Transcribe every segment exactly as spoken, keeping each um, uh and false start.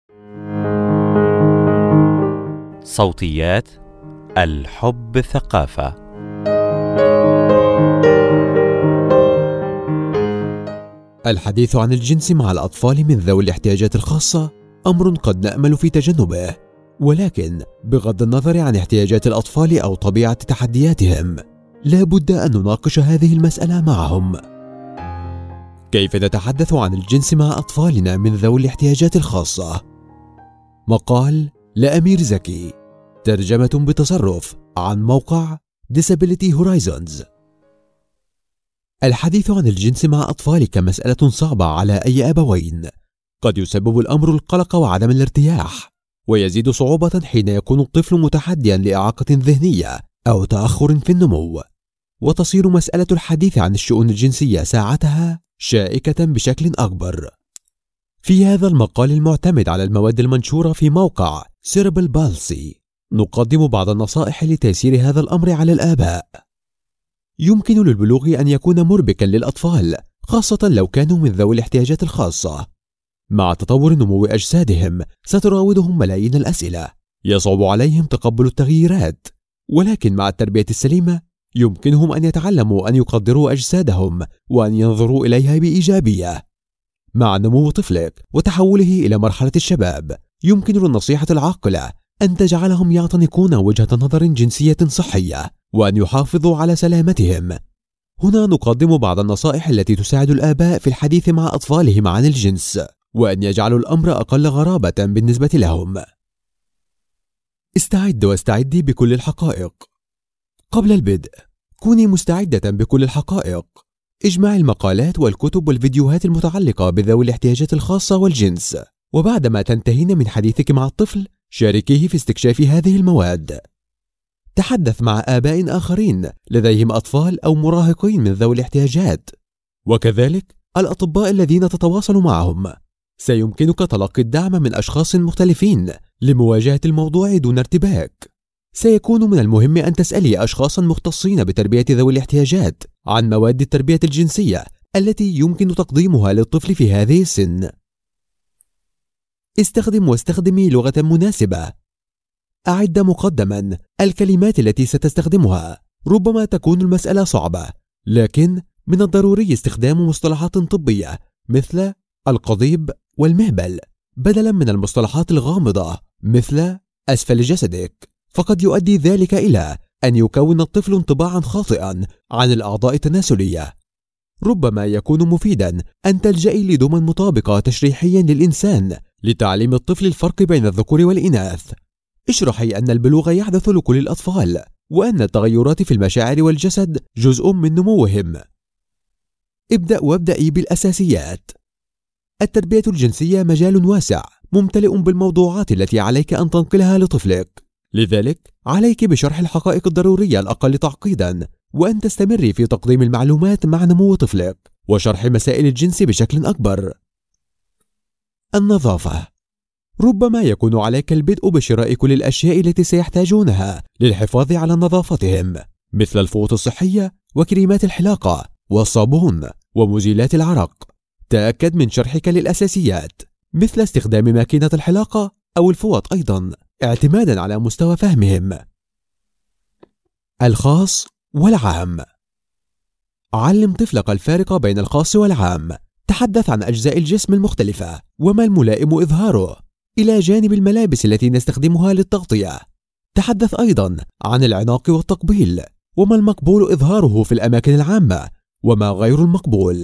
صوتيات الحب ثقافة. الحديث عن الجنس مع الأطفال من ذوي الاحتياجات الخاصة أمر قد نأمل في تجنبه، ولكن بغض النظر عن احتياجات الأطفال أو طبيعة تحدياتهم، لا بد أن نناقش هذه المسألة معهم. كيف نتحدث عن الجنس مع أطفالنا من ذوي الاحتياجات الخاصة؟ مقال لأمير زكي، ترجمة بتصرف عن موقع Disability Horizons. الحديث عن الجنس مع أطفالك مسألة صعبة على أي أبوين. قد يسبب الأمر القلق وعدم الارتياح، ويزيد صعوبة حين يكون الطفل متحديا لإعاقة ذهنية أو تأخر في النمو، وتصير مسألة الحديث عن الشؤون الجنسية ساعتها شائكة بشكل أكبر. في هذا المقال المعتمد على المواد المنشورة في موقع Cerebral Palsy نقدم بعض النصائح لتيسير هذا الأمر على الآباء. يمكن للبلوغ أن يكون مربكا للأطفال، خاصة لو كانوا من ذوي الاحتياجات الخاصة. مع تطور نمو أجسادهم ستراودهم ملايين الأسئلة، يصعب عليهم تقبل التغييرات، ولكن مع التربية السليمة يمكنهم أن يتعلموا أن يقدروا أجسادهم وأن ينظروا إليها بإيجابية. مع نمو طفلك وتحوله إلى مرحلة الشباب، يمكن للنصيحة العاقلة أن تجعلهم يعتنقون وجهة نظر جنسية صحية وأن يحافظوا على سلامتهم. هنا نقدم بعض النصائح التي تساعد الآباء في الحديث مع أطفالهم عن الجنس، وأن يجعلوا الأمر أقل غرابة بالنسبة لهم. استعد واستعدي بكل الحقائق. قبل البدء، كوني مستعدة بكل الحقائق. اجمع المقالات والكتب والفيديوهات المتعلقة بذوي الاحتياجات الخاصة والجنس، وبعدما تنتهين من حديثك مع الطفل شاركيه في استكشاف هذه المواد. تحدث مع آباء آخرين لديهم أطفال أو مراهقين من ذوي الاحتياجات، وكذلك الأطباء الذين تتواصل معهم. سيمكنك تلقي الدعم من أشخاص مختلفين لمواجهة الموضوع دون ارتباك. سيكون من المهم أن تسألي أشخاصا مختصين بتربية ذوي الاحتياجات عن مواد التربية الجنسية التي يمكن تقديمها للطفل في هذه السن. استخدم واستخدمي لغة مناسبة. أعد مقدما الكلمات التي ستستخدمها. ربما تكون المسألة صعبة، لكن من الضروري استخدام مصطلحات طبية مثل القضيب والمهبل بدلا من المصطلحات الغامضة مثل أسفل جسدك، فقد يؤدي ذلك إلى أن يكون الطفل انطباعا خاطئا عن الأعضاء التناسلية. ربما يكون مفيدا أن تلجئي لدمى مطابقة تشريحيا للإنسان لتعليم الطفل الفرق بين الذكور والإناث. اشرحي أن البلوغ يحدث لكل الأطفال، وأن التغيرات في المشاعر والجسد جزء من نموهم. ابدأ وابدأي بالأساسيات. التربية الجنسية مجال واسع ممتلئ بالموضوعات التي عليك أن تنقلها لطفلك، لذلك عليك بشرح الحقائق الضرورية الأقل تعقيدا، وأن تستمري في تقديم المعلومات مع نمو طفلك وشرح مسائل الجنس بشكل أكبر. النظافة. ربما يكون عليك البدء بشراء كل الأشياء التي سيحتاجونها للحفاظ على نظافتهم، مثل الفوط الصحية وكريمات الحلاقة والصابون ومزيلات العرق. تأكد من شرحك للأساسيات مثل استخدام ماكينة الحلاقة أو الفوط أيضا، اعتمادا على مستوى فهمهم. الخاص والعام. علم طفلك الفارق بين الخاص والعام. تحدث عن أجزاء الجسم المختلفة وما الملائم إظهاره، إلى جانب الملابس التي نستخدمها للتغطية. تحدث أيضا عن العناق والتقبيل، وما المقبول إظهاره في الأماكن العامة وما غير المقبول.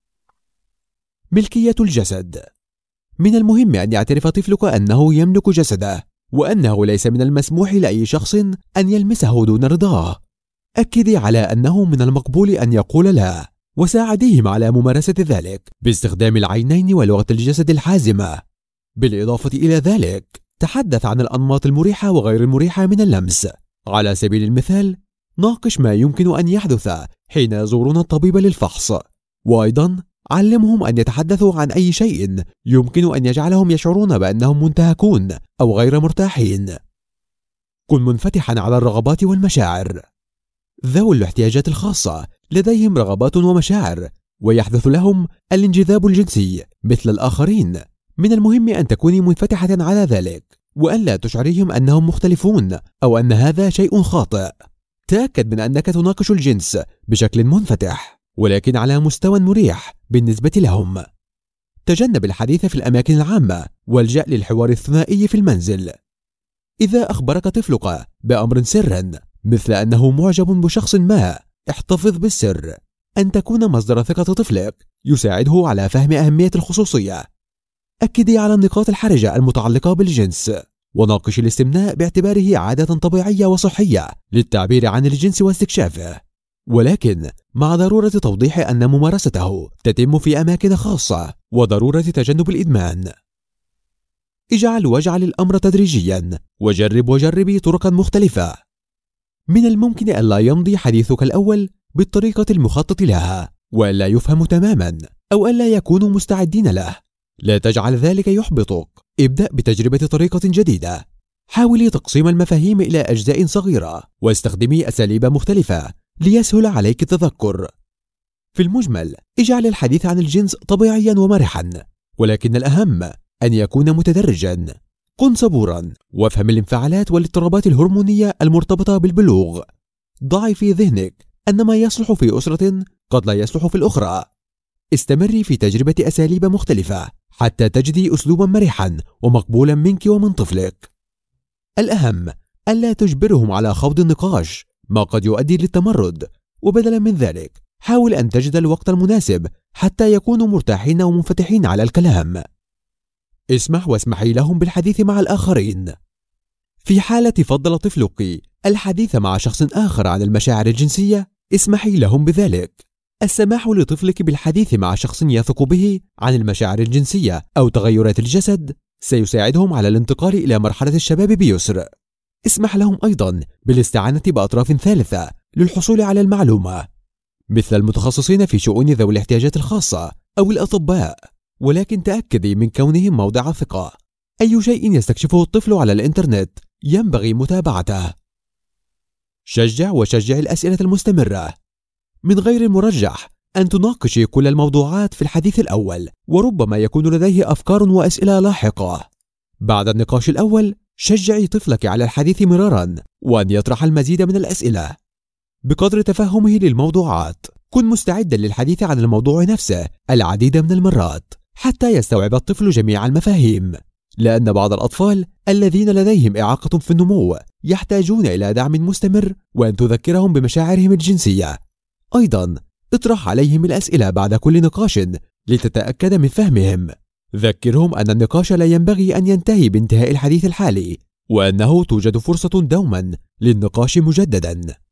ملكية الجسد. من المهم أن يعترف طفلك أنه يملك جسده، وأنه ليس من المسموح لأي شخص أن يلمسه دون رضاه. أكدي على أنه من المقبول أن يقول لا، وساعديهم على ممارسة ذلك باستخدام العينين ولغة الجسد الحازمة. بالإضافة إلى ذلك، تحدث عن الأنماط المريحة وغير المريحة من اللمس. على سبيل المثال، ناقش ما يمكن أن يحدث حين يزورون الطبيب للفحص، وأيضا علمهم أن يتحدثوا عن أي شيء يمكن أن يجعلهم يشعرون بأنهم منتهكون أو غير مرتاحين. كن منفتحا على الرغبات والمشاعر. ذوي الاحتياجات الخاصة لديهم رغبات ومشاعر، ويحدث لهم الانجذاب الجنسي مثل الآخرين، من المهم أن تكوني منفتحة على ذلك، وأن لا تشعريهم أنهم مختلفون أو أن هذا شيء خاطئ. تأكد من أنك تناقش الجنس بشكل منفتح، ولكن على مستوى مريح بالنسبة لهم. تجنب الحديث في الأماكن العامة، والجأ للحوار الثنائي في المنزل. إذا أخبرك طفلك بأمر سرًا، مثل أنه معجب بشخص ما، احتفظ بالسر. أن تكون مصدر ثقة طفلك يساعده على فهم أهمية الخصوصية. أكدي على النقاط الحرجة المتعلقة بالجنس، وناقش الاستمناء باعتباره عادة طبيعية وصحية للتعبير عن الجنس واستكشافه، ولكن مع ضرورة توضيح أن ممارسته تتم في أماكن خاصة، وضرورة تجنب الإدمان. اجعل واجعل الأمر تدريجيا، وجرب وجربي طرقا مختلفة. من الممكن ألا يمضي حديثك الأول بالطريقة المخطط لها، وألا يفهم تماما، أو ألا يكونوا مستعدين له. لا تجعل ذلك يحبطك. ابدأ بتجربة طريقة جديدة. حاولي تقسيم المفاهيم إلى أجزاء صغيرة، واستخدمي أساليب مختلفة ليسهل عليك التذكر. في المجمل، اجعل الحديث عن الجنس طبيعيا ومرحا، ولكن الأهم أن يكون متدرجا. كن صبورا، وافهم الانفعالات والاضطرابات الهرمونية المرتبطة بالبلوغ. ضعي في ذهنك أن ما يصلح في أسرة قد لا يصلح في الأخرى. استمري في تجربة أساليب مختلفة حتى تجدي أسلوبا مرحا ومقبولا منك ومن طفلك. الأهم ألا تجبرهم على خوض النقاش، ما قد يؤدي للتمرد، وبدلا من ذلك حاول أن تجد الوقت المناسب حتى يكونوا مرتاحين ومنفتحين على الكلام. اسمح واسمحي لهم بالحديث مع الآخرين. في حالة فضل طفلك الحديث مع شخص آخر عن المشاعر الجنسية، اسمحي لهم بذلك. السماح لطفلك بالحديث مع شخص يثق به عن المشاعر الجنسية أو تغيرات الجسد سيساعدهم على الانتقال إلى مرحلة الشباب بيسر. اسمح لهم أيضا بالاستعانة بأطراف ثالثة للحصول على المعلومة، مثل المتخصصين في شؤون ذوي الاحتياجات الخاصة أو الأطباء، ولكن تأكدي من كونهم موضع ثقة. أي شيء يستكشفه الطفل على الإنترنت ينبغي متابعته. شجع وشجع الأسئلة المستمرة. من غير المرجح أن تناقشي كل الموضوعات في الحديث الأول، وربما يكون لديه أفكار وأسئلة لاحقة. بعد النقاش الأول، شجعي طفلك على الحديث مرارا، وأن يطرح المزيد من الأسئلة. بقدر تفهمه للموضوعات، كن مستعدا للحديث عن الموضوع نفسه العديد من المرات حتى يستوعب الطفل جميع المفاهيم، لأن بعض الأطفال الذين لديهم إعاقة في النمو يحتاجون إلى دعم مستمر، وأن تذكرهم بمشاعرهم الجنسية. أيضا اطرح عليهم الأسئلة بعد كل نقاش لتتأكد من فهمهم. ذكرهم أن النقاش لا ينبغي أن ينتهي بانتهاء الحديث الحالي، وأنه توجد فرصة دوما للنقاش مجددا.